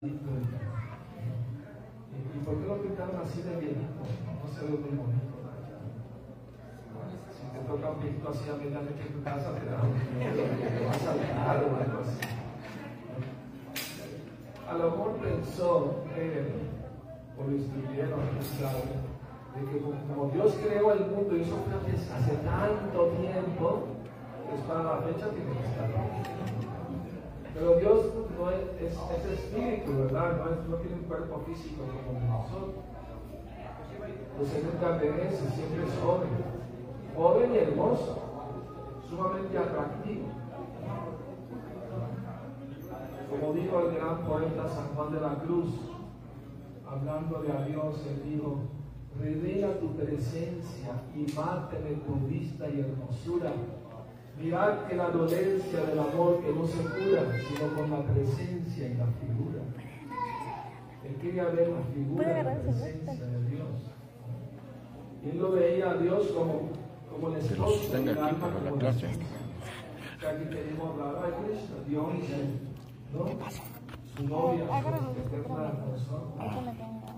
¿Y por qué lo pintaron así de viejito? No se ve muy bonito. Si te toca un viejito así a medianoche en tu casa, te da miedo, te va a saltar o algo así. A lo mejor pensó o lo instruyeron, claro, de que como Dios creó el mundo y eso fue hace tanto tiempo, pues para la fecha tiene que estar bien. Pero Dios no es espíritu, ¿verdad? No tiene un cuerpo físico como nosotros. Entonces nunca envejece, siempre es joven y hermoso, sumamente atractivo. Como dijo el gran poeta San Juan de la Cruz, hablándole a Dios, él dijo: revela tu presencia y máteme tu vista y hermosura. Mirad que la dolencia del amor que no se cura, sino con la presencia y la figura. Él quería ver la figura y la presencia de Dios. Y él lo veía a Dios como el esposo del alma, como la esposa. O sea, aquí tenemos hablar a Krishna, Dios, ¿no? Su novia, su eterna persona.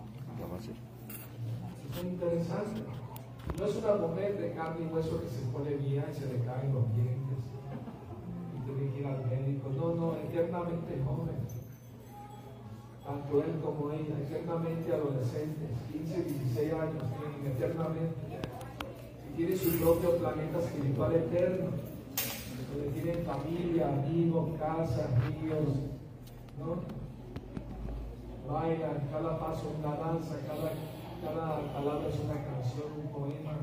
Eso es interesante. No es una mujer de carne y hueso que se pone vieja y se le caen los dientes y tiene que ir al médico. No, eternamente joven. Tanto él como ella, eternamente adolescentes, 15, 16 años, tienen eternamente. Y tienen su propio planeta espiritual eterno, donde tienen familia, amigos, casas, ríos, ¿no? Bailan, cada paso una danza, cada palabra es una canción, un poema.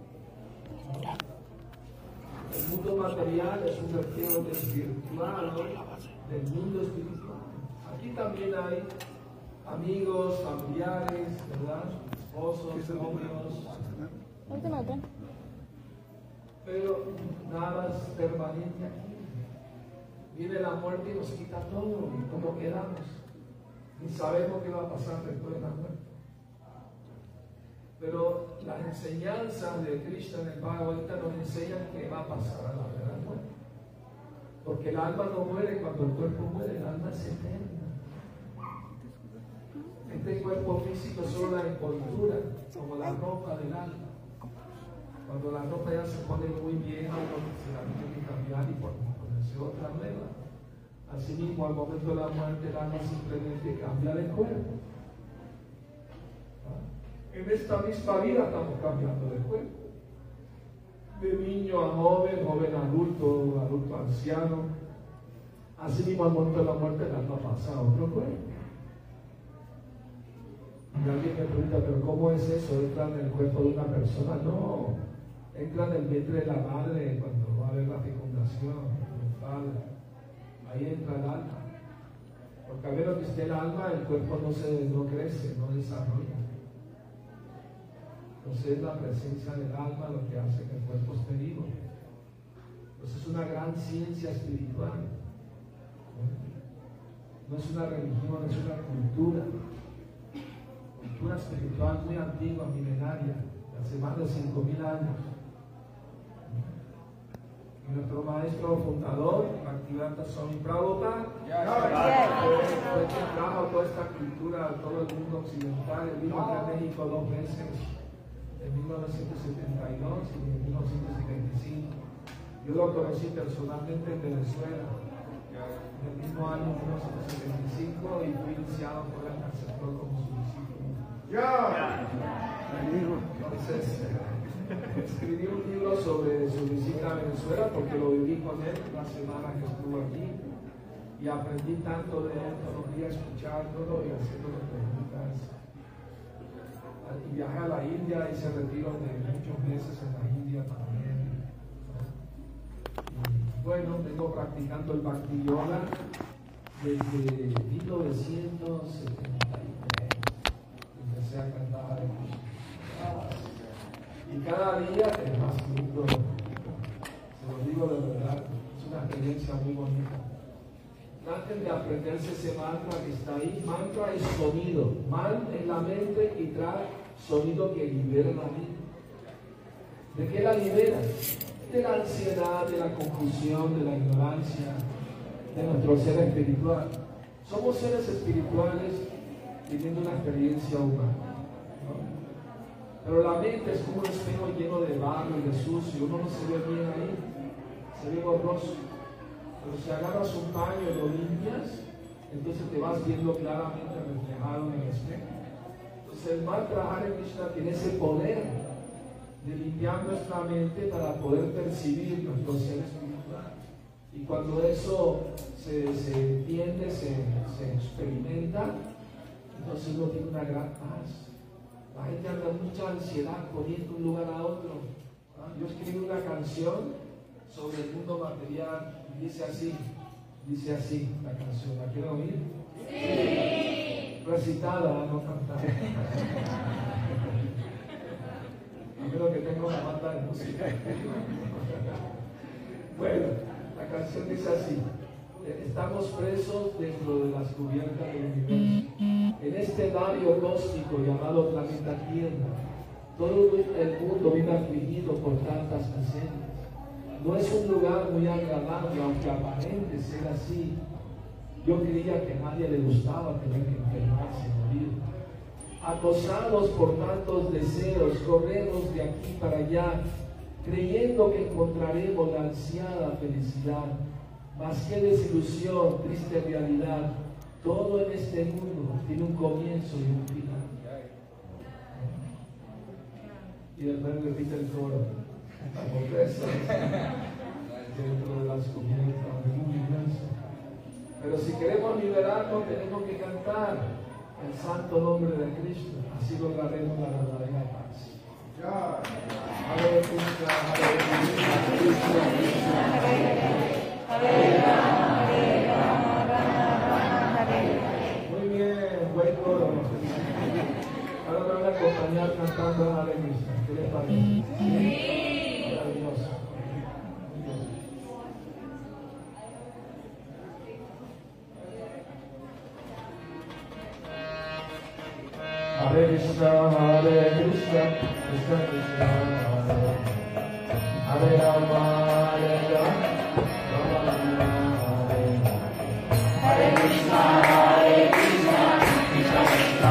El mundo material es un reflejo desvirtuado del mundo espiritual. Aquí también hay amigos, familiares, ¿verdad? Esposos, novios. Pero nada es permanente aquí. Viene la muerte y nos quita todo. ¿Y cómo quedamos? Ni sabemos qué va a pasar después de la muerte. Pero las enseñanzas de Krishna en el Bhagavad Gita nos enseñan qué va a pasar a la verdad muerte. Porque el alma no muere cuando el cuerpo muere, el alma es eterna. Este cuerpo físico es solo la envoltura, como la ropa del alma. Cuando la ropa ya se pone muy vieja, se la tiene que cambiar y ponerse otra nueva. Asimismo, al momento de la muerte, el alma simplemente cambia de cuerpo. En esta misma vida estamos cambiando de cuerpo. De niño a joven, joven a adulto, adulto a anciano. Asimismo, al momento de la muerte, el alma pasa a otro cuerpo. Y alguien me pregunta, ¿pero cómo es eso? ¿Entra en el cuerpo de una persona? No. Entra en el vientre de la madre cuando va a haber la fecundación del padre. Ahí entra el alma. Porque a menos que esté el alma, el cuerpo no crece, no desarrolla. Entonces es la presencia del alma lo que hace que el cuerpo esté vivo. Entonces es una gran ciencia espiritual. No es una religión, es una cultura. Cultura espiritual muy antigua, milenaria, de hace más de 5.000 años. Y nuestro maestro fundador, Bhaktivedanta Swami Prabhupada, fue quien trajo toda esta cultura a todo el mundo occidental. Él vino aquí a México 2 veces, en 1972 y en 1975. Yo lo conocí personalmente en Venezuela, en el mismo año 1975, y fui iniciado por él, me aceptó como su discípulo. Entonces, escribí un libro sobre su visita a Venezuela porque lo viví con él la semana que estuvo aquí y aprendí tanto de él todos los días, escuchándolo y haciéndole preguntas. Y viajé a la India, hice retiros de muchos meses en la India también. Y bueno, vengo practicando el Bhakti Yoga desde 1973. Empecé a cantar y cada día es más lindo. Se lo digo de verdad, es una experiencia muy bonita. Traten de aprenderse ese mantra que está ahí. Mantra es sonido. Man en la mente y trae sonido que libera la vida. ¿De qué la libera? De la ansiedad, de la confusión, de la ignorancia, de nuestro ser espiritual. Somos seres espirituales viviendo una experiencia humana, ¿no? Pero la mente es como un espejo lleno de barro y de sucio. Uno no se ve bien ahí, se ve borroso. Pero si agarras un paño y lo limpias, entonces te vas viendo claramente reflejado en el espejo. Entonces el Mantra Hare Krishna tiene ese poder de limpiar nuestra mente para poder percibir nuestro ser espiritual. Y cuando eso se entiende, se experimenta, entonces uno tiene una gran paz. La gente anda mucha ansiedad corriendo de un lugar a otro. Yo escribí una canción sobre el mundo material y dice así la canción. ¿La quieren oír? Sí. Recitada, no cantada. A menos que tenga una banda de música. Bueno, la canción dice así: estamos presos dentro de las cubiertas del universo, en este navío cósmico llamado planeta Tierra. Todo el mundo vive afligido por tantas miserias. No es un lugar muy agradable, aunque aparente ser así. Yo creía que a nadie le gustaba tener que enfermarse y morir. Acosados por tantos deseos, corremos de aquí para allá, creyendo que encontraremos la ansiada felicidad. Mas qué desilusión, triste realidad. Todo en este mundo tiene un comienzo y un final. Y después repite el coro. Como presos dentro de las cubiertas del universo. Pero si queremos liberarnos, tenemos que cantar el santo nombre de Krishna. Así lograremos la verdadera paz. Hare Krishna, Hare Krishna, Krishna Krishna, Hare Rama, Hare Rama, Rama Hare. Muy bien, buen coro. Ahora me van a acompañar cantando Hare Krishna. ¿Qué les parece? Sí. Maravilloso. Hare Krishna, Hare Krishna, Krishna Krishna, Hare Rama, Hare Rama, Rama Rama, Hare Krishna, Hare Krishna, Krishna Krishna,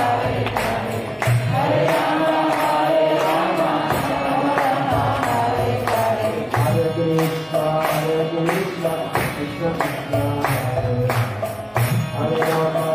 Hare Rama, Hare Rama, Rama Rama, Hare Krishna, Hare Krishna, Krishna Krishna, Hare Rama.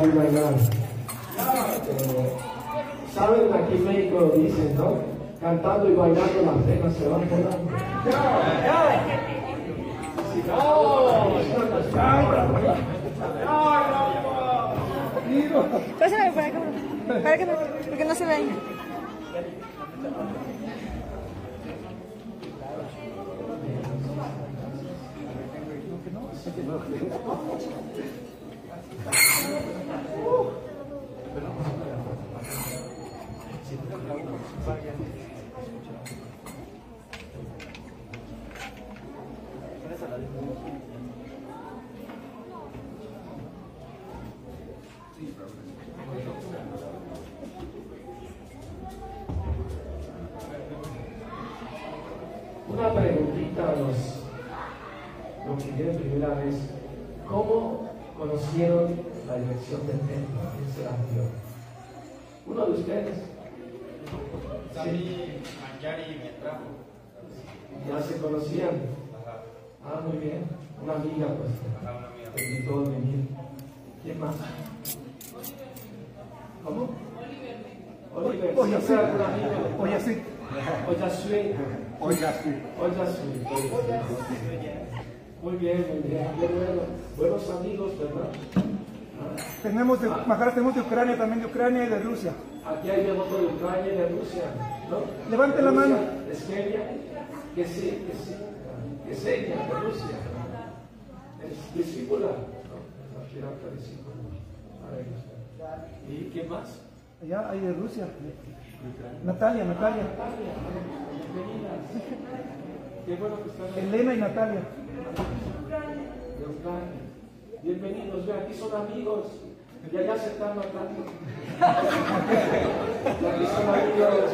cantar y bailar. ¿Saben? Aquí en México dicen, ¿no? Cantando y bailando las penas se van volando. Pásame para acá, porque no se ven. Una preguntita a los que vienen primera vez. ¿Cómo conocieron la dirección del templo? ¿Quién se la dio? ¿Uno de ustedes? Sí, Mayari me trajo. ¿Ya se conocían? Ah, muy bien. Una amiga, pues. Una amiga. Te invitó a venir. ¿Quién más? ¿Cómo? Oliver. Oye, sí. ¿Siempre algún amigo? Oye, sí. Oyasui. Oiga, sí. Oyasui. Muy bien, muy bien. Qué bueno. Buenos amigos, ¿verdad? Tenemos de Ucrania, también de Ucrania y de Rusia. Aquí hay devotos de Ucrania y de Rusia, ¿no? Levante la mano. ¿Es Kenia? Que sí, que sí. Que seña de Rusia. Es discípula, ¿no? Es la pirata discípula. ¿Y qué más? Allá hay de Rusia. Natalia. Bienvenidas. Qué bueno que están aquí. Elena y Natalia. De Ucrania. Bienvenidos, vean, aquí son amigos. Y allá se están matando. Y aquí son amigos.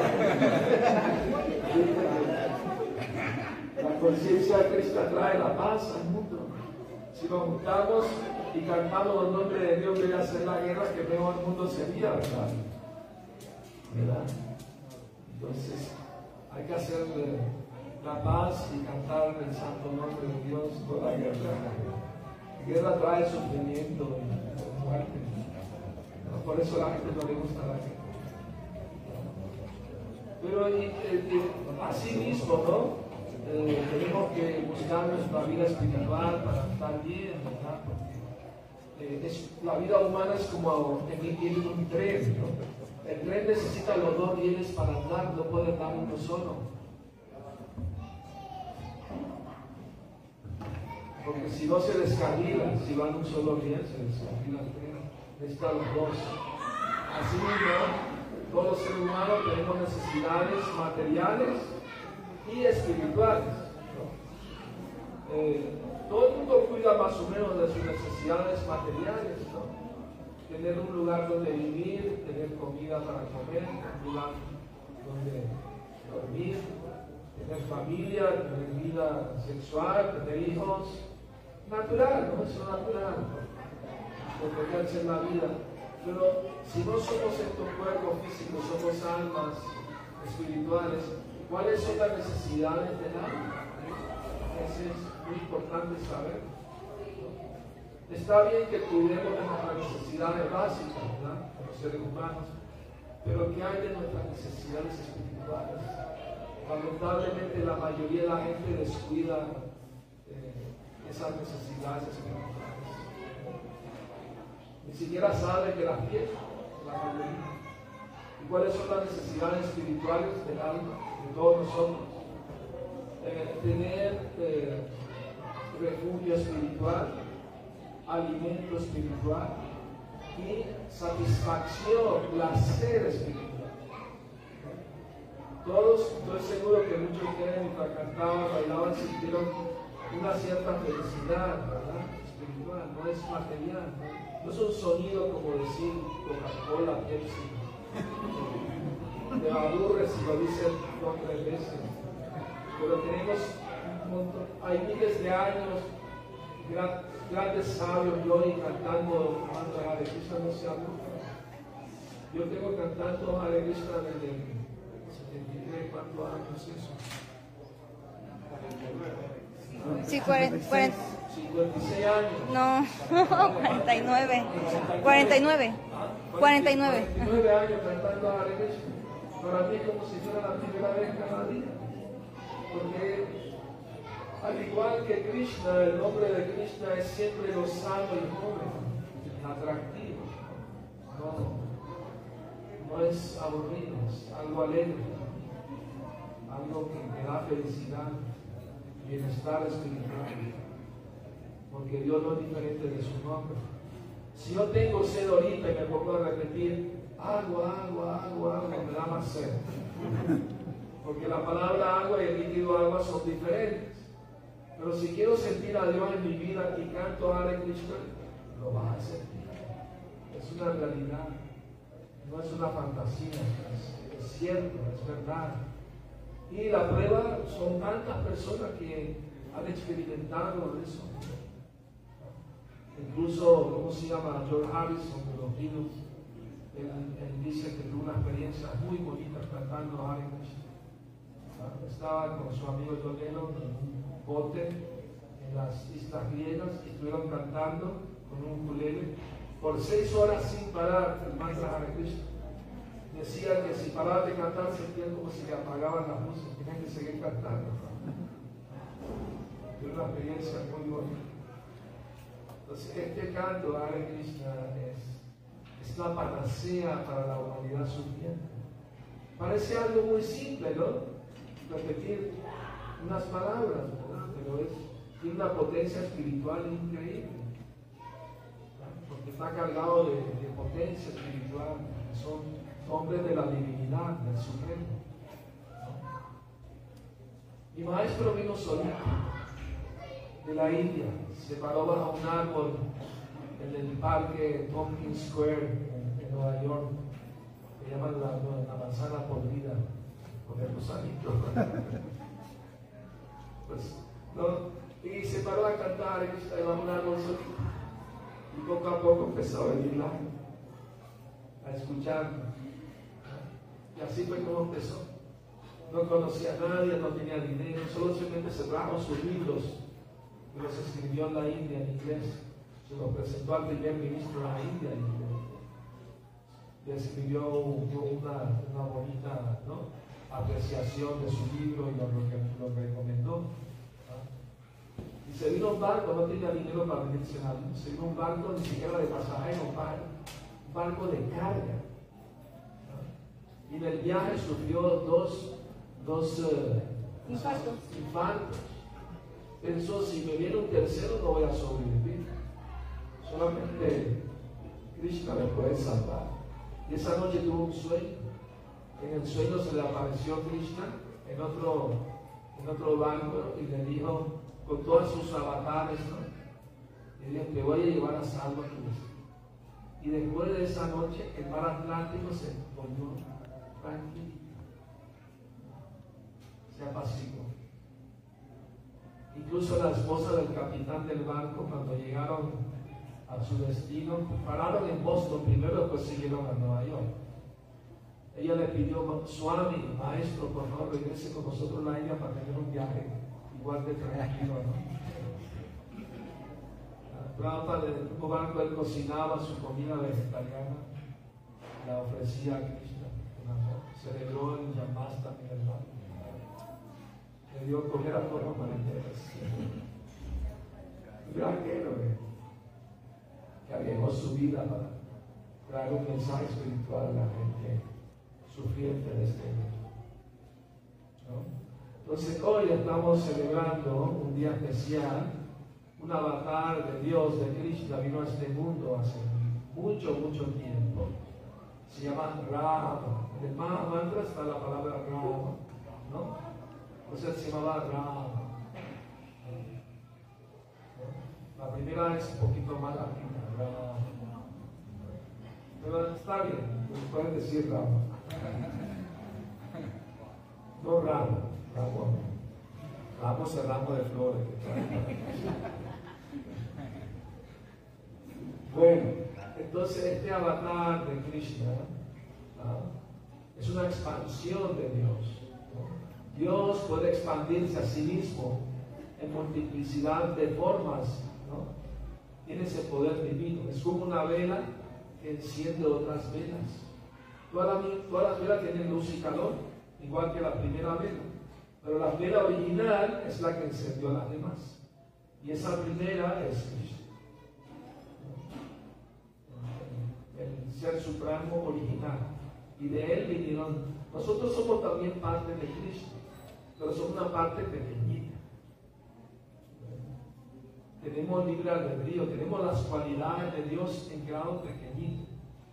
La conciencia de Cristo trae la paz al mundo. Si nos juntamos y cantamos el nombre de Dios, voy a hacer la guerra, que mejor el mundo sería, ¿verdad? ¿Verdad? Entonces, hay que hacer la paz y cantar el santo nombre de Dios, no la guerra. La guerra trae sufrimiento y muerte. ¿No? Por eso a la gente no le gusta la guerra. Pero así mismo, ¿no? Tenemos que buscar nuestra vida espiritual para estar bien, ¿verdad? Porque la vida humana es como en un tren, ¿no? El tren necesita los dos rieles para andar, no puede andar uno solo. Porque si no se descarrila, si va en un solo riel, se descarrila el tren. Necesitan los dos. Así mismo, todos los seres humanos tenemos necesidades materiales y espirituales, ¿no? Todo el mundo cuida más o menos de sus necesidades materiales, ¿no? Tener un lugar donde vivir, tener comida para comer, un lugar donde dormir, tener familia, tener vida sexual, tener hijos. Natural, ¿no? Eso es natural, ¿no? Protegerse en la vida. Pero si no somos estos cuerpos físicos, somos almas espirituales, ¿cuáles son las necesidades del alma? Eso es muy importante saber. Está bien que cuidemos de nuestras necesidades básicas, ¿verdad? Como seres humanos, pero ¿qué hay de nuestras necesidades espirituales? Lamentablemente la mayoría de la gente descuida esas necesidades espirituales. Ni siquiera sabe que las tiene, la mayoría. ¿Y cuáles son las necesidades espirituales del alma, de todos nosotros? Tener refugio espiritual, alimento espiritual y satisfacción, placer espiritual. Todos, estoy seguro que muchos que mientras cantaban, bailaban, sintieron una cierta felicidad, ¿verdad? Espiritual, no es material, no es un sonido como decir Coca-Cola, Pepsi. Te aburres si lo dices 2 o 3 veces. Pero tenemos un montón, hay miles de años, grandes sabios y hoy cantando Hare Krishna, no se aburren. Yo tengo cantando Hare Krishna desde el 73, ¿cuántos años es eso? Sí, 56 años. No, 49. 49. 49. 49 años cantando Hare Krishna. Para mí es como si fuera la primera vez cada día. Porque al igual que Krishna, el nombre de Krishna es siempre lozano y joven, atractivo. No es aburrido, es algo alegre, algo que me da felicidad, bienestar espiritual. Porque Dios no es diferente de su nombre. Si yo tengo sed ahorita y me pongo a repetir agua, me da más sed. Porque la palabra agua y el líquido agua son diferentes. Pero si quiero sentir a Dios en mi vida y canto Hare Krishna, lo vas a sentir. Es una realidad, no es una fantasía, es cierto, es verdad. Y la prueba son tantas personas que han experimentado eso. Incluso, ¿cómo se llama? George Harrison de los Beatles. Él dice que tuvo una experiencia muy bonita cantando Hare Krishna. Estaba con su amigo John Lennon en un bote en las islas griegas y estuvieron cantando con un ukulele por 6 horas sin parar el mantra Hare Krishna. Decía que si paraban de cantar sentían como si le apagaban las luces, tenían que seguir cantando. Fue una experiencia muy bonita. Entonces, este canto Hare Krishna es la panacea para la humanidad sufriente. Parece algo muy simple, ¿no? Repetir unas palabras, ¿verdad? Pero tiene una potencia espiritual increíble, porque está cargado de potencia espiritual. Son hombres de la divinidad, del Supremo. Mi maestro vino solito de la India, se paró bajo un árbol en el parque Tompkins Square en Nueva York, que llaman la manzana podrida, poner los anitos. Pues, ¿no? Y se paró a cantar y estaba bajo un árbol solito. Y poco a poco empezó a venir a escucharlo. Y así fue como empezó. No conocía a nadie, no tenía dinero, solo simplemente se trajo sus libros y los escribió en la India en inglés. Se los presentó al primer ministro de la India y le escribió una bonita, ¿no?, apreciación de su libro y lo recomendó. Y se vino un barco, no tenía dinero para venirse en avión, se vino un barco ni siquiera de pasajeros, un barco de carga. Y en el viaje sufrió dos infartos. Pensó, si me viene un tercero no voy a sobrevivir. Solamente Krishna me puede salvar. Y esa noche tuvo un sueño. En el sueño se le apareció Krishna en otro barco y le dijo, con todas sus avatares, ¿no?, le dijo, te voy a llevar a salvo a tu vida. Y después de esa noche el mar Atlántico se volvió tranquilo, se apaciguó. Incluso la esposa del capitán del barco, cuando llegaron a su destino, pararon en Boston primero, después siguieron a Nueva York. Ella le pidió, Swami, maestro, por favor regrese con nosotros a la India para tener un viaje igual de tranquilo, ¿no? Prabhupada, en el mismo barco él cocinaba su comida vegetariana, la ofrecía a Krishna, celebró el Janmashtami en el barco, le dio comer a todos los marineros. Un gran héroe que arriesgó su vida para traer un mensaje espiritual a la gente sufriente de este mundo, ¿no? Entonces hoy estamos celebrando un día especial. Un avatar de Dios, de Krishna, vino a este mundo hace mucho tiempo. Se llama Rama. En el Mahamantra está la palabra Rama, ¿no? O sea, se llamaba Rama. La primera es un poquito más latina, Rama. Pero está bien, pueden decir Rama. No Rama, Rama. Ramo es el ramo de flores. Bueno, entonces este avatar de Krishna es una expansión de Dios, ¿no? Dios puede expandirse a sí mismo en multiplicidad de formas, ¿no? Tiene ese poder divino. Es como una vela que enciende otras velas. Todas las velas tienen luz y calor, igual que la primera vela. Pero la vela original es la que encendió a las demás. Y esa primera es Cristo. El ser supremo original. Y de Él vinieron. Nosotros somos también parte de Cristo, pero somos una parte pequeñita. Tenemos libre albedrío, tenemos las cualidades de Dios en grado pequeñito.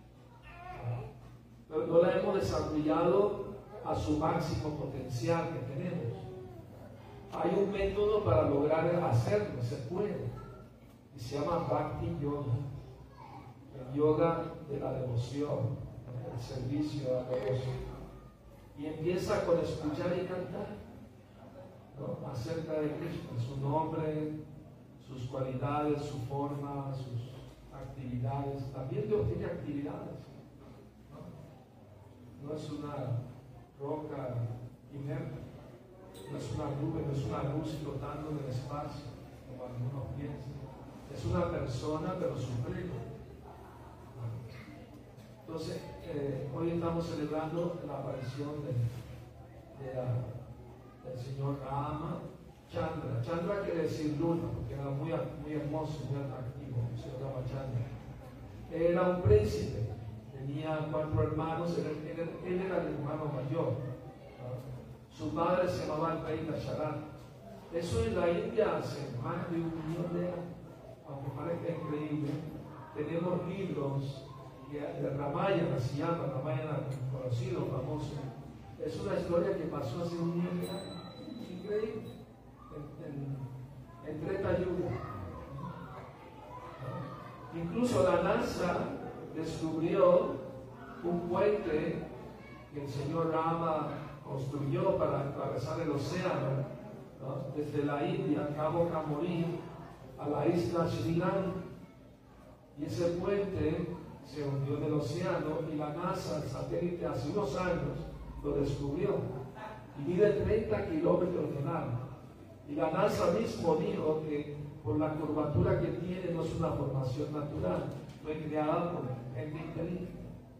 Pero no la hemos desarrollado a su máximo potencial que tenemos. Hay un método para lograr hacerlo, se puede. Y se llama Bhakti Yoga. El yoga de la devoción, el servicio a Dios. Y empieza con escuchar y cantar, ¿no? Acerca de Cristo, su nombre, sus cualidades, su forma, sus actividades. También Dios tiene actividades. No es una roca inerte, no es una nube, no es una luz flotando en el espacio, como algunos piensan. Es una persona, pero suprema. Entonces, hoy estamos celebrando la aparición del señor Rama Chandra. Chandra quiere decir luna, porque era muy hermoso, muy atractivo, el señor Ramachandra. Era un príncipe, tenía 4 hermanos, él era el hermano mayor. Su padre se llamaba el rey Dasharatha. Eso en la India hace más de 1 millón de años, aunque parezca increíble. Tenemos libros de Ramayana, se llama Ramayana, conocido, famoso. Es una historia que pasó hace 1 millón de años. Increíble. En Treta Yuga. Incluso la NASA descubrió un puente que el señor Rama construyó para atravesar el océano, ¿no? Desde la India, Cabo Camorí, a la isla Sri Lanka. Y ese puente se hundió en el océano y la NASA, el satélite, hace unos años lo descubrió. Y mide 30 kilómetros de largo. Y la NASA mismo dijo que por la curvatura que tiene no es una formación natural, fue creada por gente inteligente.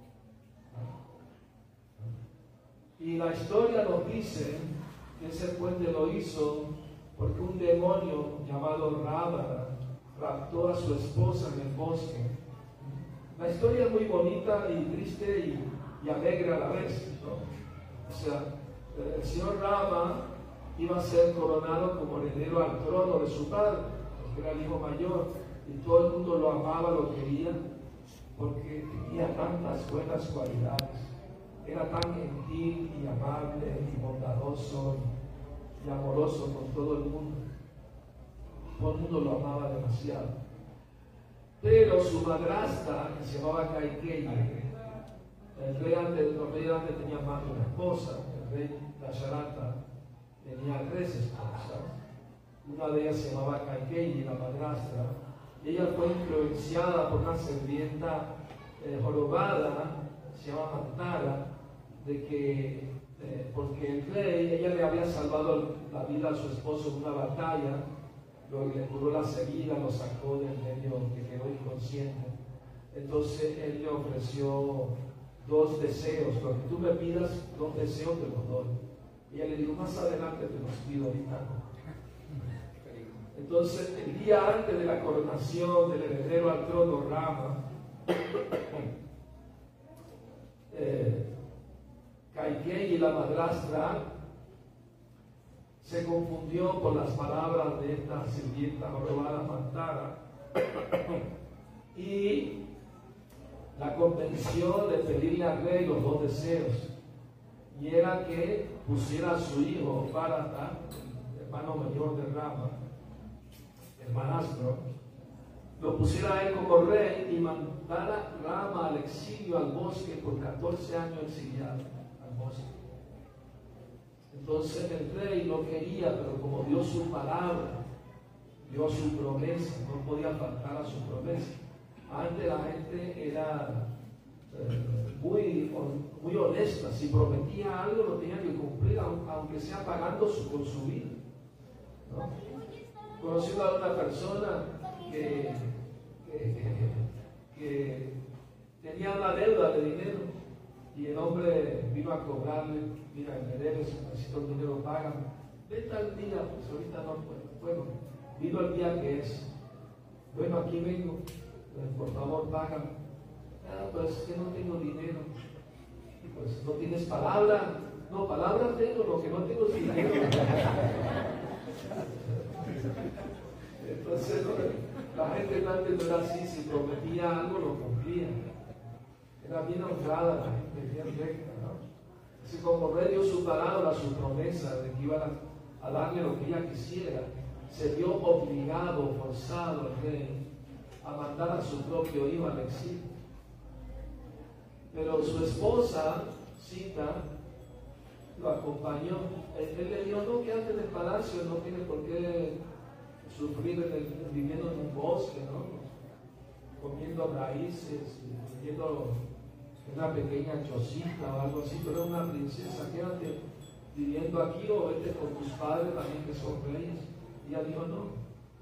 Y la historia nos dice que ese puente lo hizo porque un demonio llamado Ravana raptó a su esposa en el bosque. La historia es muy bonita y triste y alegre a la vez, ¿no? O sea, el señor Rama iba a ser coronado como heredero al trono de su padre, porque era el hijo mayor, y todo el mundo lo amaba, lo quería, porque tenía tantas buenas cualidades. Era tan gentil y amable y bondadoso y amoroso con todo el mundo. Todo el mundo lo amaba demasiado. Pero su madrastra, que se llamaba Kaikeyi, el rey antes tenía más de una esposa, el rey Dasharatha tenía 3 esposas. Una de ellas se llamaba Kaikeyi, la madrastra. Ella fue influenciada por una sirvienta jorobada, se llama Mantara, de que porque el rey, ella le había salvado la vida a su esposo en una batalla, luego le curó las heridas, lo sacó del medio, que quedó inconsciente. Entonces él le ofreció 2 deseos: lo que tú me pidas, 2 deseos te los doy. Y ella le dijo: más adelante te los pido, ahorita no. Entonces, el día antes de la coronación del heredero al trono, Rama, Kaikeyi, la madrastra, se confundió por las palabras de esta sirvienta jorobada Mantara y la convenció de pedirle al rey los 2 deseos, y era que pusiera a su hijo Bharata, el hermano mayor de Rama, hermanastro, lo pusiera a él como rey y mandara Rama al exilio, al bosque, por 14 años exiliado al bosque. Entonces el rey no quería, pero como dio su palabra, dio su promesa, no podía faltar a su promesa. Antes la gente era muy honesta. Si prometía algo, lo tenía que cumplir, aunque sea pagando con su vida, ¿no? Conocí a una persona que tenía una deuda de dinero y el hombre vino a cobrarle, mira, me debes, necesito el dinero, págame. Ven tal día, pues ahorita no puedo. Bueno, vino el día que es. Bueno, aquí vengo, por favor, págame. Ah, pues que no tengo dinero. Pues no tienes palabra. No, palabra tengo, lo que no tengo es dinero. Entonces, la gente antes no era así, si prometía algo, lo cumplía. Era bien honrada la gente, bien recta, ¿no? Así como rey dio su palabra, su promesa de que iban a darle lo que ella quisiera, se vio obligado, forzado el rey a mandar a su propio hijo al exilio. Pero su esposa, Sita, lo acompañó. Él le dijo, no, quédate en el palacio, no tiene por qué sufrir viviendo en un bosque, ¿no? Comiendo raíces, viviendo en una pequeña chocita o algo así, pero era una princesa, quédate viviendo aquí o vete con tus padres también que son reyes. Y ella dijo, no.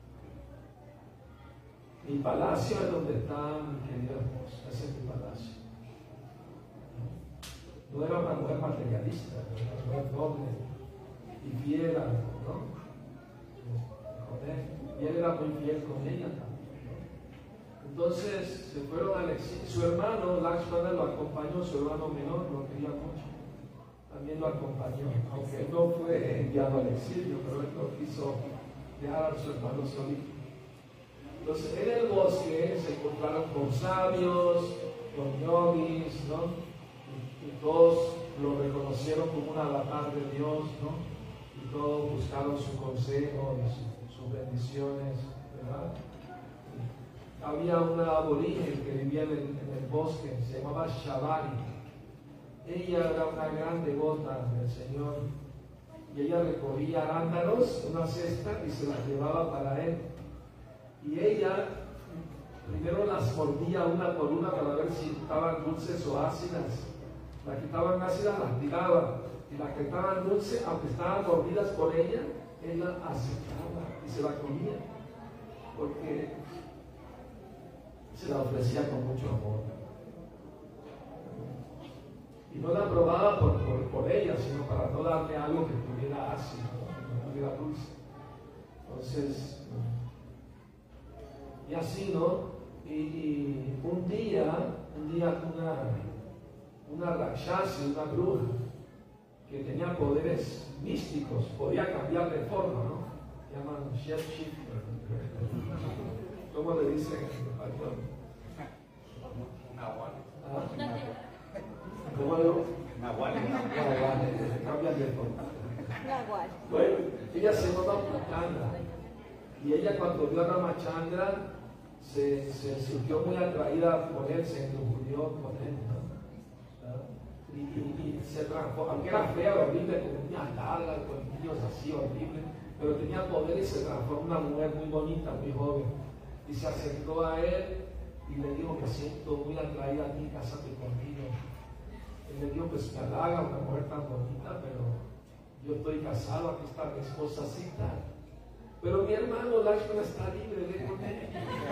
Mi palacio es donde está mi querida esposa, ese es mi palacio. No era una mujer materialista, era una mujer noble y fiel, ¿no? Y él era muy fiel con ella también, ¿no? Entonces se fueron al exilio. Su hermano Lakshmana lo acompañó, su hermano menor lo quería mucho, también lo acompañó, aunque él no fue enviado al exilio, pero él no quiso dejar a su hermano solito. Entonces en el bosque se encontraron con sabios, con yogis, ¿no? Y todos lo reconocieron como un avatar de Dios, ¿no? Y todos buscaron su consejo y sus bendiciones, ¿verdad? Había una aborigen que vivía en el bosque, se llamaba Shabari. Ella era una gran devota del Señor y ella recogía arándanos en una cesta y se las llevaba para él. Y ella primero las mordía una por una para ver si estaban dulces o ácidas. Las que estaban ácidas las tiraba y las que estaban dulces, aunque estaban mordidas por ella aceptaba y se la comía porque se la ofrecía con mucho amor. Y no la probaba por ella, sino para no darle algo que tuviera ácido, que tuviera dulce. Entonces, y así, ¿no? Y un día una Rakshasi, una bruja, que tenía poderes místicos, podía cambiar de forma, ¿no? Llaman shape-shifter. ¿Cómo le dicen en español? ¿Cómo digo? Nahual, cambian de forma. Bueno, ella se llamaba Putana. Y ella cuando vio a Ramachandra se sintió muy atraída por él, se enlujurió con él, ¿no? Y se transformó, aunque era fea, horrible, con uñas largas, con niños así, horrible, pero tenía poder y se transformó en una mujer muy bonita, muy joven. Y se acercó a él y le dijo, me siento muy atraída a ti, cásate conmigo. Él le dijo, pues me halaga una mujer tan bonita, pero yo estoy casado, aquí está mi esposa Sita. Pero mi hermano Lakshmana está libre, ven con él.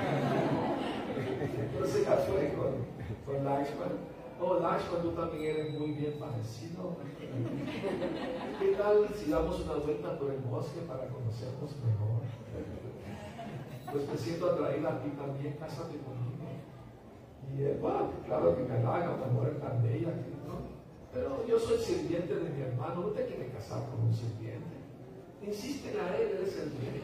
Entonces ya fue con Lakshmana. Oh, Lakshmana, tú también eres muy bien parecido. ¿Qué tal si damos una vuelta por el bosque para conocernos mejor? Pues me siento atraída a ti también, cásate conmigo. Y él, bueno, claro que me halaga una mujer tan bella, ¿no? Pero yo soy sirviente de mi hermano, no te quieres casar con un sirviente. Insiste a él, eres el rey.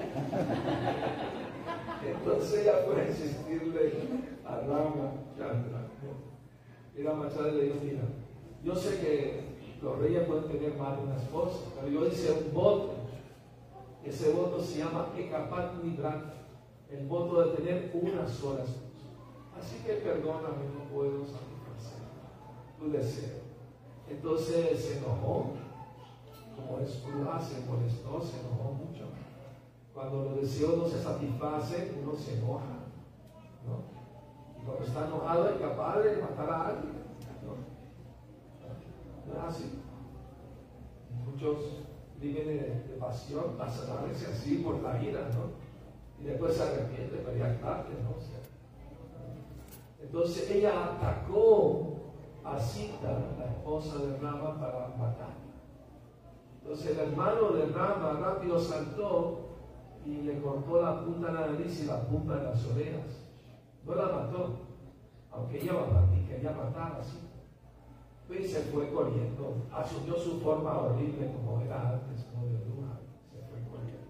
Entonces ella fue a insistirle a Ramachandra. Y Ramachandra le dijo, mira, yo sé que los reyes pueden tener más de una esposa, pero yo hice un voto. Ese voto se llama Ekapatni Vrata, el voto de tener una sola esposa. Así que perdóname, no puedo satisfacer tu deseo. Entonces se enojó. Como es bruja, se molestó, se enojó mucho. Cuando los deseos no se satisfacen, uno se enoja, ¿no? Y cuando está enojado es capaz de matar a alguien, ¿no? No es así. Muchos crímenes de pasión, pasan a veces así por la ira, ¿no? Y después se arrepiente, pero ya tarde, ¿no? O sea, entonces ella atacó a Sita, la esposa de Rama, para matarla. Entonces el hermano de Rama rápido saltó y le cortó la punta de la nariz y la punta de las orejas. No la mató, aunque ella quería matar a Sita. Y se fue corriendo, asumió su forma horrible como era antes, como de bruja, se fue corriendo.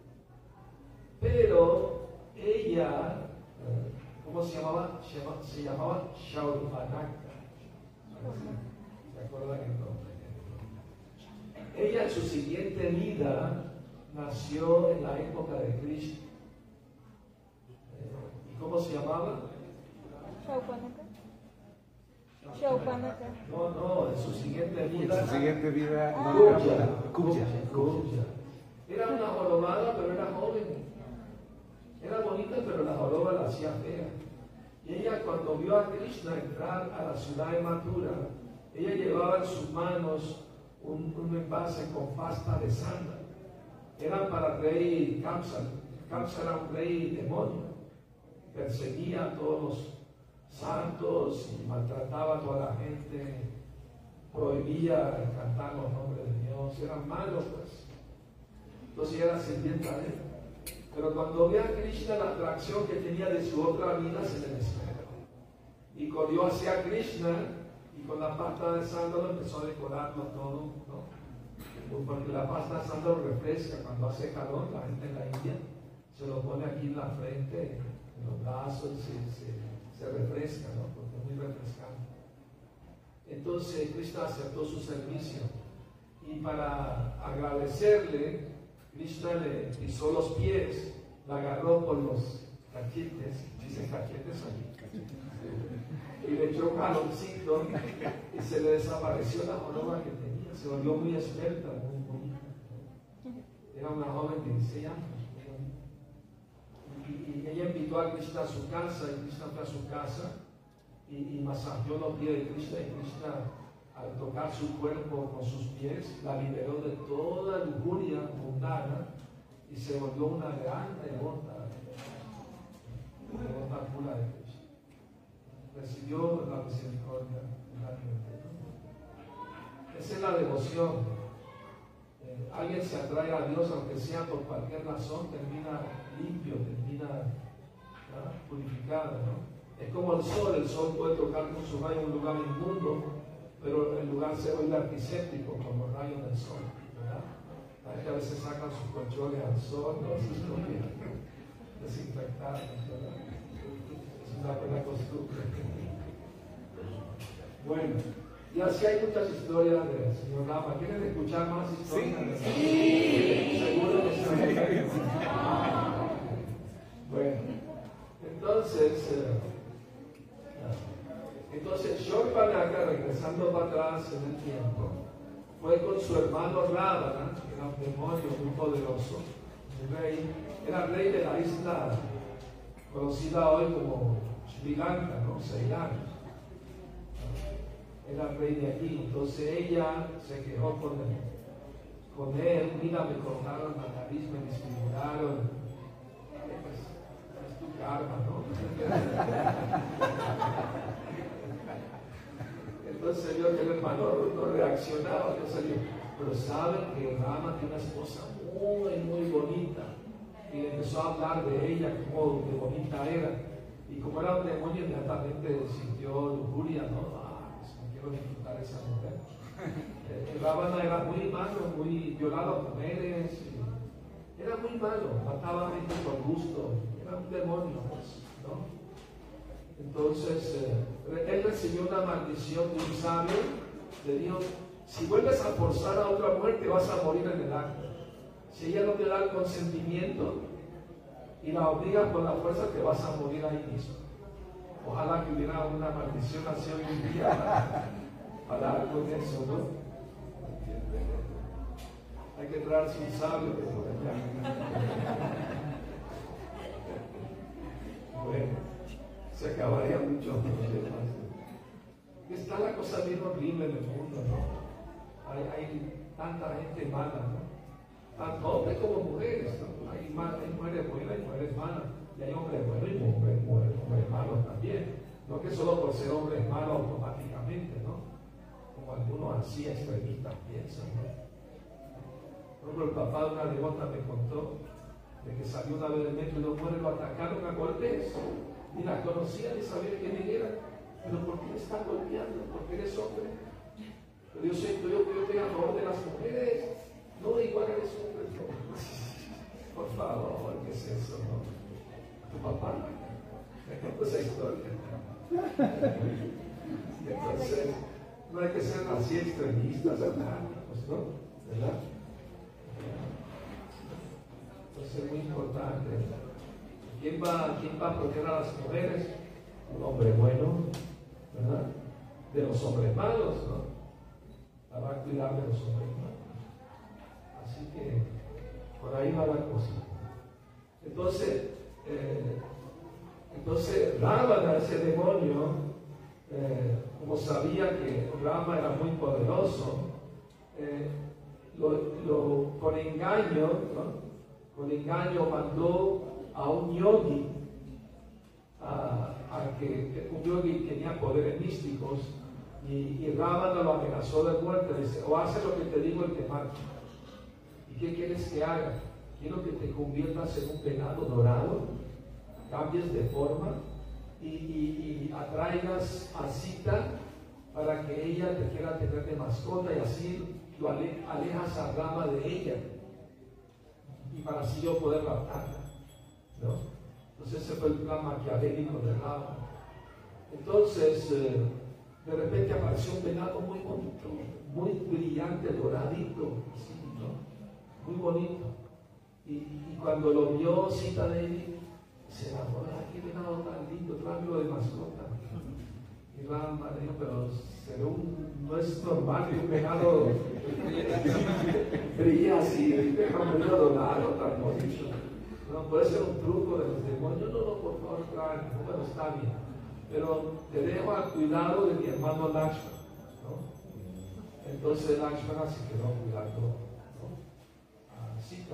Pero ella, ¿cómo se llamaba? Se llamaba Shaupanaka. ¿Se acuerdan el nombre? Ella en su siguiente vida nació en la época de Krishna. ¿Y cómo se llamaba? Shaupanaka. No, en su siguiente vida. En su siguiente vida, Kubja. Era una jorobada, pero era joven. Era bonita, pero la joroba la hacía fea. Y ella, cuando vio a Krishna entrar a la ciudad de Mathura, ella llevaba en sus manos un envase con pasta de sándalo. Era para el rey Kamsa. Kamsa era un rey demonio. Perseguía a todos los santos y maltrataba a toda la gente, prohibía cantar los nombres de Dios, eran malos pues. Entonces ella era sirvienta de él. Pero cuando ve a Krishna, la atracción que tenía de su otra vida se le despertó. Y corrió hacia Krishna y con la pasta de sándalo empezó a decorarlo todo, ¿no? Porque la pasta de sándalo refresca cuando hace calor, la gente en la India se lo pone aquí en la frente, en los brazos, se refresca, ¿no? Porque es muy refrescante. Entonces Krishna aceptó su servicio y para agradecerle, Krishna le pisó los pies, la agarró por los cachetes, dice cachetes allí, y le echó un jaloncito y se le desapareció la joroba que tenía, se volvió muy experta, muy bonita. Era una joven de 16 años. Y ella invitó a Krishna a su casa, y Krishna fue a su casa y masajeó los pies de Krishna, y Krishna, al tocar su cuerpo con sus pies, la liberó de toda lujuria mundana y se volvió una gran devota pura de Krishna. Recibió la misericordia de la libertad. Esa es la devoción. Alguien se atrae a Dios, aunque sea por cualquier razón, termina limpio, termina purificado, ¿no? Es como el sol puede tocar con su rayo en un lugar inmundo, pero el lugar se vuelve antiséptico como el rayo del sol, ¿verdad? La gente a veces sacan sus colchones al sol, ¿no? Sus colchones desinfectados, ¿verdad? Es una buena costumbre. Bueno, y así hay muchas historias del señor Rama. ¿Quieren escuchar más historias? Sí. ¿Seguro que sí? Bueno, entonces Shaupanaka, regresando para atrás en el tiempo, fue con su hermano Ravana, que era un demonio muy poderoso, era rey de la isla conocida hoy como Sri Lanka, ¿no? Ceilán. Era rey de aquí. Entonces ella se quejó con él, mira, me cortaron la nariz, me discriminaron. Es tu karma, ¿no? Entonces vio que el hermano no reaccionaba, pero saben que Rama tiene una esposa muy bonita, y le empezó a hablar de ella, como de bonita era, y como era un demonio, inmediatamente sintió lujuria, ¿no? Quiero disfrutar esa mujer. Ravana era muy malo, muy violaba a mujeres, era muy malo, mataba a gente por gusto, era un demonio, pues, ¿no? Entonces, él recibió una maldición de un sabio, le dijo, si vuelves a forzar a otra mujer, te vas a morir en el acto. Si ella no te da el consentimiento y la obligas por la fuerza, te vas a morir ahí mismo. Ojalá que hubiera una maldición así hoy en día para algo de eso, ¿no? Hay que traerse un sabio que por allá. Bueno, se acabaría mucho. Está la cosa bien horrible en el mundo, ¿no? Hay tanta gente mala, ¿no? tanto hombres como mujeres, ¿no? Hay mujeres buenas y mujeres malas, y hay hombres buenos y hombres malos también. No que solo por ser hombres malos automáticamente, ¿no? Como algunos así extremistas piensan, ¿no? Por ejemplo, el papá de una devota me contó de que salió una vez del metro y los mujeres lo atacaron a golpes, ni la conocían ni sabían quién era. Pero ¿por qué me están golpeando? Porque eres hombre. Pero yo estoy a favor de las mujeres. No, igual eres hombre. No. Por favor, ¿qué es eso? ¿No? Tu papá me contó esa historia. Entonces, no hay que ser así extremistas, fanáticos, ¿no? ¿Verdad? Entonces es muy importante. ¿Quién va a proteger a las mujeres? Un hombre bueno, ¿verdad? De los hombres malos, ¿no? La va a cuidar de los hombres malos. Así que por ahí va la cosa. Entonces Ravana, ese demonio, como sabía que Rama era muy poderoso, con engaño, ¿no? Con engaño mandó a un yogi, un yogi que tenía poderes místicos, y Ravana lo amenazó de muerte. Le dice: o haces lo que te digo y te mato. ¿Y qué quieres que haga? Quiero que te conviertas en un venado dorado, cambies de forma y atraigas a Sita para que ella te quiera tener de mascota, y así lo alejas a Rama de ella, y para así yo poder raptarla, ¿no? Entonces ese fue el plan maquiavélico de Rama. Entonces de repente apareció un venado muy bonito, muy brillante, doradito, así, ¿no? Muy bonito. Y cuando lo vio Sita Devi, se enamoró: qué venado tan lindo, tráemelo de mascota. Y Rama le dijo: pero no es normal que un venado brilla así, un venado dorado tan bonito. No puede ser un truco de los demonios. No, por favor, tráemelo. Bueno, está bien, pero te dejo al cuidado de mi hermano Lakshmana, ¿no? Entonces Lakshmana se quedó cuidando, ¿no? A Sita,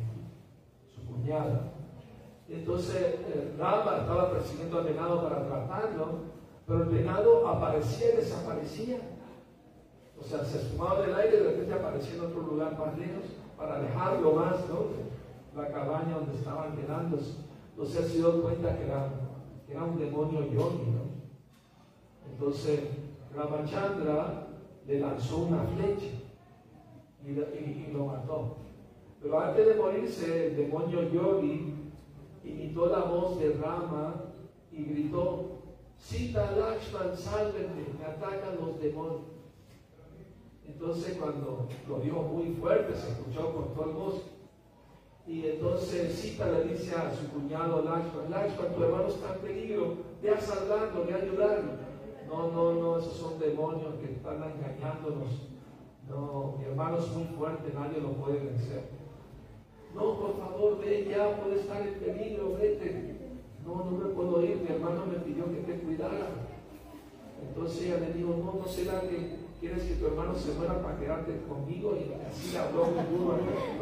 su cuñada. Entonces Rama estaba persiguiendo al venado para tratarlo, pero el venado aparecía y desaparecía. O sea, se esfumaba del aire y de repente aparecía en otro lugar más lejos para alejarlo más, ¿no? La cabaña donde estaban quedándose. Entonces se dio cuenta que era un demonio yogi, ¿no? Entonces Ramachandra le lanzó una flecha y lo mató. Pero antes de morirse, el demonio yogi imitó la voz de Rama y gritó: Sita, Lakshman, sálvenme, me atacan los demonios. Entonces cuando lo dijo muy fuerte, se escuchó por todo el bosque. Y entonces Sita le dice a su cuñado Lakshman: tu hermano está en peligro, ve a salvarlo, ve a ayudarlo. No, esos son demonios que están engañándonos. No, mi hermano es muy fuerte, nadie lo puede vencer. No, por favor, ve ya, puede estar en peligro, vete. No me puedo ir, mi hermano me pidió que te cuidara. Entonces ella le dijo: no será que quieres que tu hermano se muera para quedarte conmigo. Y así le habló muy duro,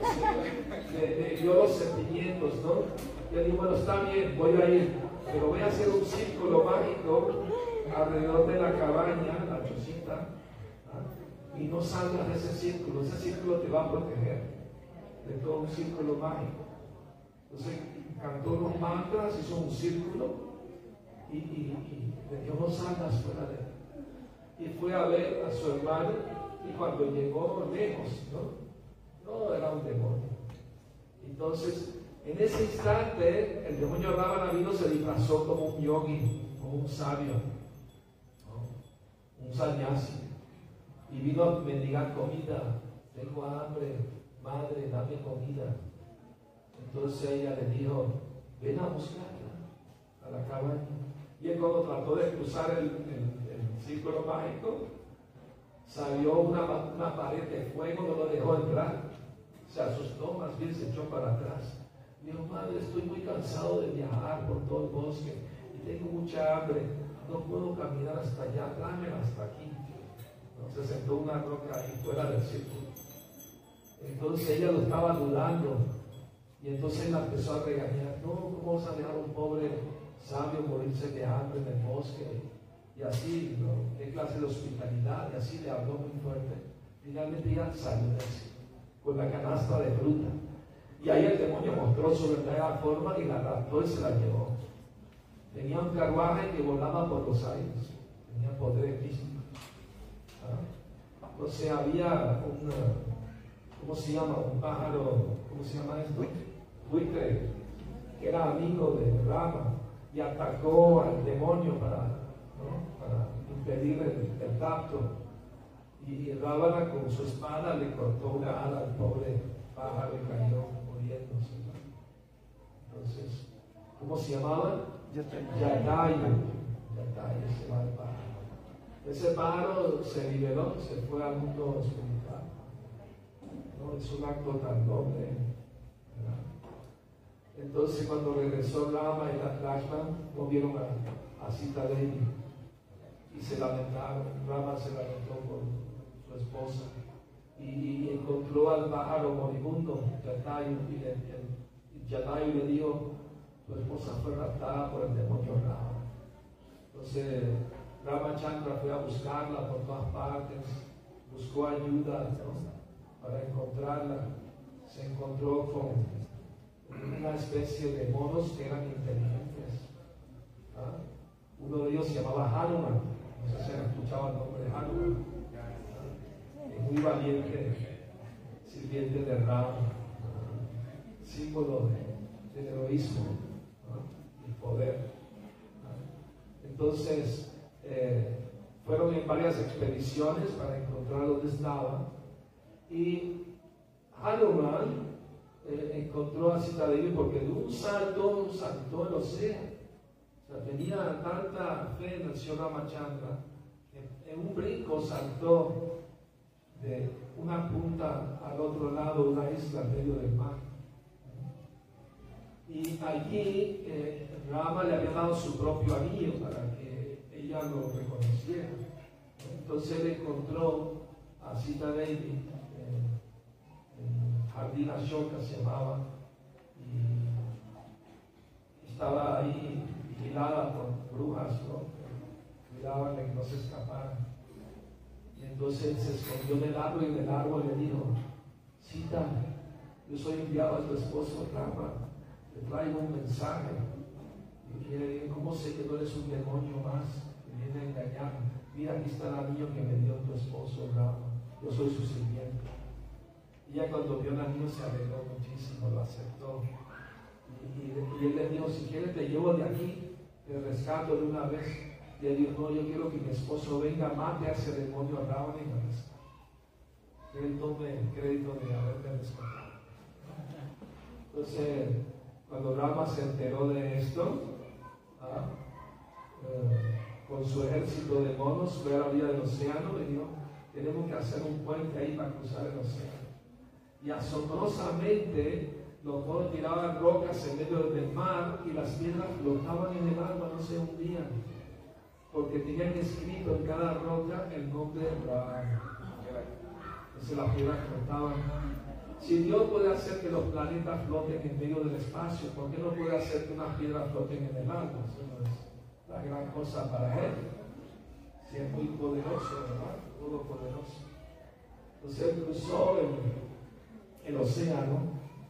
le dio los sentimientos, ¿no? Y él dijo: bueno, está bien, voy a ir, pero voy a hacer un círculo mágico alrededor de la cabaña, la chocita, y no salgas de ese círculo te va a proteger de todo un círculo mágico. Entonces cantó unos mantras, hizo un círculo y le dijo: no salgas fuera de él. Y fue a ver a su hermano, y cuando llegó lejos, no era un demonio. Entonces, en ese instante, el demonio Ravana vino, se disfrazó como un yogi, como un sabio, ¿no? Un sannyasi, y vino a mendigar comida. Tengo hambre, madre, dame comida. Entonces ella le dijo: ven a buscarla a la cabaña. Y él, cuando trató de cruzar el círculo mágico, salió una pared de fuego, no lo dejó entrar. Se asustó, más bien se echó para atrás. Dijo: madre, estoy muy cansado de viajar por todo el bosque y tengo mucha hambre, no puedo caminar hasta allá, tráemela hasta aquí. Entonces sentó una roca ahí fuera del círculo. Entonces ella lo estaba dudando. Y entonces él la empezó a regañar. No, ¿cómo vas a dejar a un pobre sabio morirse de hambre en el bosque? Y así, ¿no? ¿Qué clase de hospitalidad? Y así le habló muy fuerte. Finalmente ella salió de eso, con la canasta de fruta. Y ahí el demonio mostró su verdadera forma y la raptó y se la llevó. Tenía un carruaje que volaba por los aires. Tenía poder místico. Entonces había un, ¿cómo se llama? Un pájaro, ¿cómo se llama esto? Buitre, que era amigo de Rama y atacó al demonio para impedir el rapto. Y Rábana con su espada le cortó una ala al pobre pájaro y cayó muriéndose. Entonces, ¿cómo se llamaba? Yatayo. Yatayo se va el pájaro. Ese pájaro se liberó, se fue al mundo espiritual. ¿No? Es un acto tan noble, ¿verdad? Entonces cuando regresó Rama y Lakshman, no vieron a Sita Devi y se lamentaron. Rama se lamentó por su esposa y encontró al pájaro moribundo, Jatayu, y Jatayu le dijo: tu esposa fue raptada por el demonio Rama. Entonces Ramachandra fue a buscarla por todas partes, buscó ayuda, ¿no?, para encontrarla. Se encontró con una especie de monos que eran inteligentes. Uno de ellos se llamaba Hanuman. No sé si han escuchado el nombre de Hanuman. Es muy valiente, sirviente de Rama, símbolo del heroísmo, y poder. Entonces fueron en varias expediciones para encontrar dónde estaba, y Hanuman encontró a Sita Devi porque de un salto saltó el océano. O sea, tenía tanta fe en el Señor Ramachandra que en un brinco saltó de una punta al otro lado de una isla en medio del mar. Y allí Rama le había dado su propio anillo para que ella lo reconociera. Entonces él encontró a Sita Devi en Jardín Ashoka, se llamaba, y estaba ahí vigilada por brujas, ¿no?, que cuidaban de que no se escaparan. Y entonces él se escondió en el árbol, y en el árbol le dijo: Sita, yo soy enviado a tu esposo Rama, te traigo un mensaje. Y quiere decir: ¿cómo sé que no eres un demonio más que viene a engañarme? Mira, aquí está el anillo que me dio tu esposo Rama, yo soy su sirviente. Y ya cuando vio el anillo se alegró muchísimo, lo aceptó. Y él le dijo: si quieres te llevo de aquí, te rescato de una vez. Y él dijo: no, yo quiero que mi esposo venga, mate a ese demonio Rama y me rescate. Que él tome el crédito de haberme rescatado. Entonces, cuando Rama se enteró de esto, con su ejército de monos, fue a la orilla del océano y dijo: tenemos que hacer un puente ahí para cruzar el océano. Y asombrosamente los monos tiraban rocas en medio del mar y las piedras flotaban en el agua, no se hundían, porque tenían escrito en cada roca el nombre de Rama. Entonces las piedras flotaban. Si Dios puede hacer que los planetas floten en medio del espacio, ¿por qué no puede hacer que unas piedras floten en el agua? Eso no es la gran cosa para Él. Si es muy poderoso, ¿verdad? Todopoderoso. Entonces Él cruzó el océano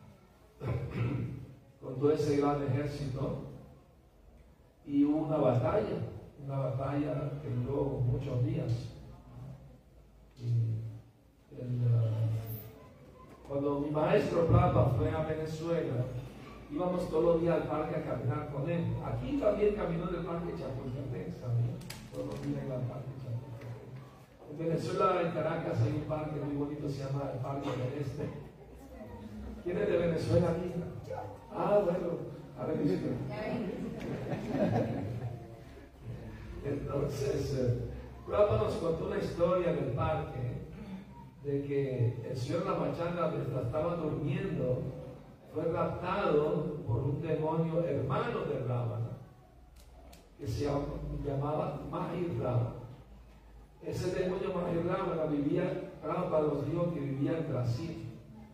con todo ese gran ejército y hubo una batalla que duró muchos días. Y cuando mi maestro Prabhupada fue a Venezuela, íbamos todos los días al parque a caminar con él. Aquí también caminó en el parque Chapultepec, ¿sabes? Todos los días iba al parque Chapultepec. En Venezuela, en Caracas, hay un parque muy bonito, se llama el Parque del Este. ¿Quién es de Venezuela aquí? Ah, bueno, a ver, dice. Entonces, Prabhupada nos contó una historia en el parque de que el señor Ramachandra, mientras estaba durmiendo, fue raptado por un demonio hermano de Ravana, que se llamaba Mahirrava. Ese demonio Mahirrava vivía, Prabhupada nos dijo que vivía en Brasil.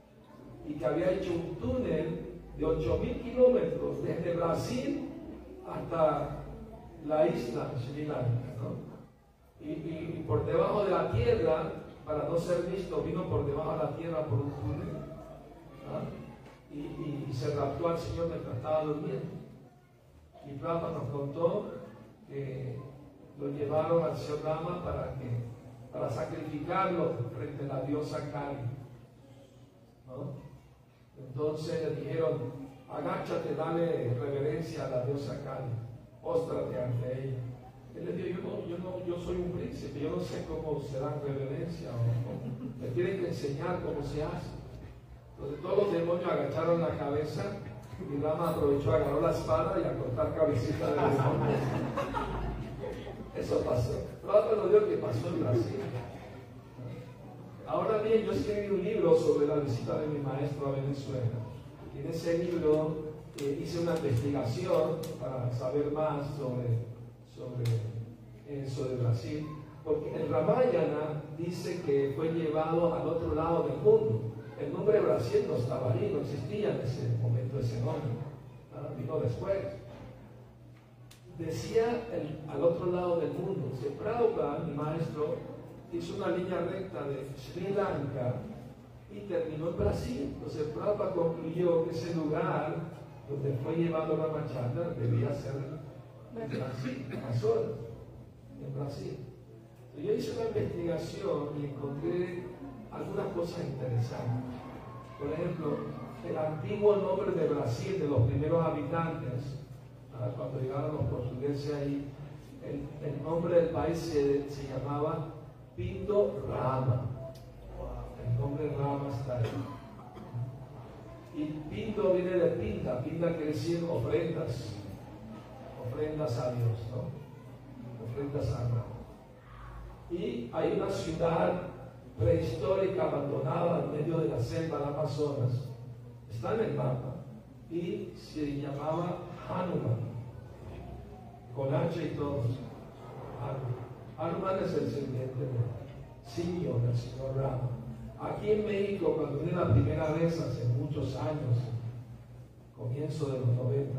y que había hecho un túnel de 8.000 kilómetros desde Brasil hasta la isla Sri Lanka, ¿no? Y por debajo de la tierra, para no ser visto, vino por debajo de la tierra por un túnel, ¿no? Y se raptó al Señor mientras estaba durmiendo. Y Prabhupada nos contó que lo llevaron al Señor Rama para sacrificarlo frente a la diosa Kali, ¿no? Entonces le dijeron: agáchate, dale reverencia a la diosa Kali, póstrate ante ella. Él le dijo: yo soy un príncipe, yo no sé cómo se dan reverencia, o me tienen que enseñar cómo se hace. Entonces todos los demonios agacharon la cabeza y Rama aprovechó, agarró la espada y a cortar cabecita de demonios. Eso pasó. Pero lo dio que pasó en Brasil. Ahora bien, yo escribí un libro sobre la visita de mi maestro a Venezuela. Y en ese libro hice una investigación para saber más sobre eso de Brasil. Porque el Ramayana dice que fue llevado al otro lado del mundo. El nombre de Brasil no estaba ahí, no existía en ese momento ese nombre. Vino después. Decía al otro lado del mundo. Prabhupada, mi maestro, hizo una línea recta de Sri Lanka y terminó en Brasil. Entonces Prabhupada concluyó que ese lugar donde fue llevado la Ramachandra debía ser en Brasil, en Brasil. Entonces, yo hice una investigación y encontré algunas cosas interesantes. Por ejemplo, el antiguo nombre de Brasil, de los primeros habitantes, cuando llegaron los portugueses ahí, el nombre del país se llamaba Pindorama. El nombre Rama está ahí. Y Pindo viene de Pinda. Pinda quiere decir ofrendas. Ofrendas a Dios, ¿no? Ofrendas a Rama. Y hay una ciudad prehistórica abandonada en medio de la selva del Amazonas. Está en el mapa. Y se llamaba Hanuman. Con H y todo. Hanuman es el sirviente de simio del señor Rama. Aquí en México, cuando vine la primera vez hace muchos años, comienzo de los 90,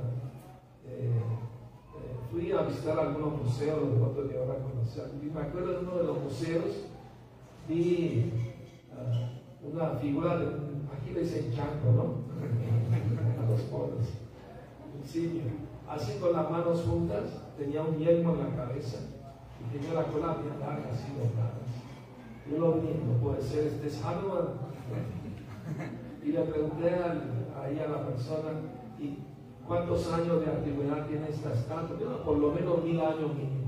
fui a visitar algunos museos, los devotos que ahora conocía. Y me acuerdo de uno de los museos, vi una figura de aquí le dicen chanco, ¿no? A los pobres, un simio, así con las manos juntas, tenía un yelmo en la cabeza y tenía la cola bien larga, así doblada. Yo lo vi, no puede ser, este es Hanuman. Y le pregunté ahí a la persona: ¿y cuántos años de antigüedad tiene esta estatua? Bueno, por lo menos 1000 años mínimo.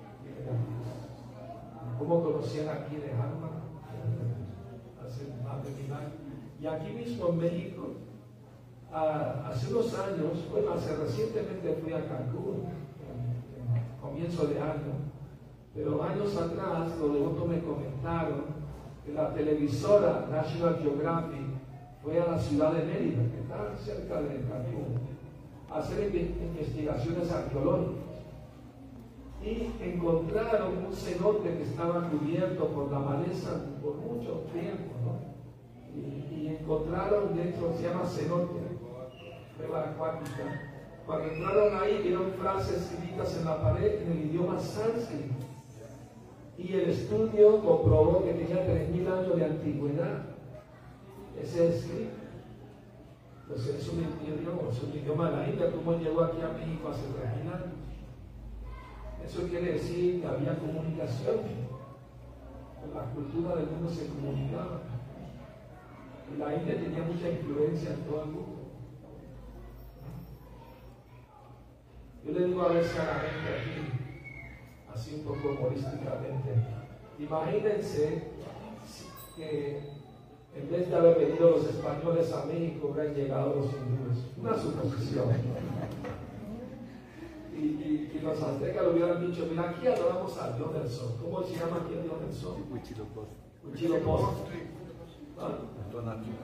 ¿Cómo conocían aquí de Hanuman? Hace más de 1000 años. Y aquí mismo en México, hace unos años, bueno, hace recientemente fui a Cancún, comienzo de año. Pero años atrás los devotos me comentaron que la televisora National Geographic fue a la ciudad de Mérida, que está cerca de Cancún, a hacer investigaciones arqueológicas. Y encontraron un cenote que estaba cubierto por la maleza por mucho tiempo, ¿no? Y encontraron dentro, se llama cenote, prueba acuática. Cuando entraron ahí, vieron frases escritas en la pared en el idioma sánscrito. Y el estudio comprobó que tenía 3000 años de antigüedad ese escrito. Entonces es un idioma de la India. ¿Cómo llegó aquí a México hace 3000 años? Eso quiere decir que había comunicación. La cultura del mundo se comunicaba. Y la India tenía mucha influencia en todo el mundo. Yo le digo a veces a la gente aquí, así un poco humorísticamente, imagínense que en vez de haber venido los españoles a México, hubieran llegado los hindúes. Una suposición. Y los aztecas lo hubieran dicho: mira, aquí adoramos al Dios del Sol. ¿Cómo se llama aquí el Dios del Sol? Huitzilopochtli. Donativo.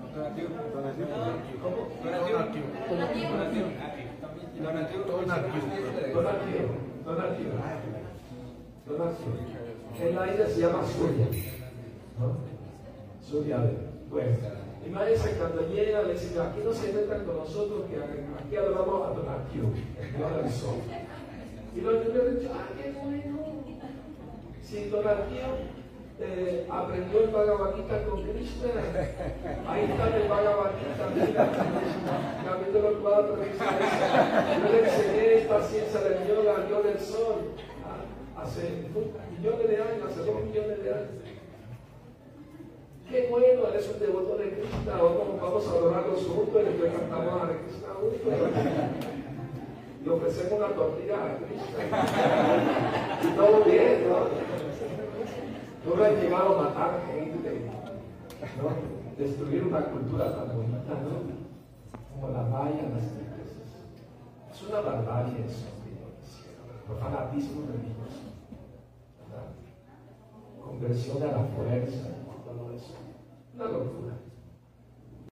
En la India se llama Surya, ¿no? Surya, bueno, Imagínense cuando llegan, le dicen, aquí no se metan con nosotros, que aquí adoramos a Donatio, el Dios del sol. Y los niños dicen, ¡ah, qué bueno! Si Donatio aprendió el Bhagavad Gita con Krishna, ahí está el Bhagavad Gita, mira, capítulo 4, dice eso. Yo le enseñé esta ciencia del yoga al Dios del sol, hace millones de años, hace 2 millones de años. Qué bueno, él es un devoto de Krishna, vamos a adorarlos juntos y después cantamos a Krishna juntos. Y ofrecemos una tortilla a Krishna. Y todo bien, ¿no? No han llegado a matar gente, ¿no? Destruir una cultura tan bonita, ¿no? Como la maya, las riquezas. Es una barbarie eso, por fanatismo religioso, ¿verdad? Conversión a la fuerza, todo eso. Una locura.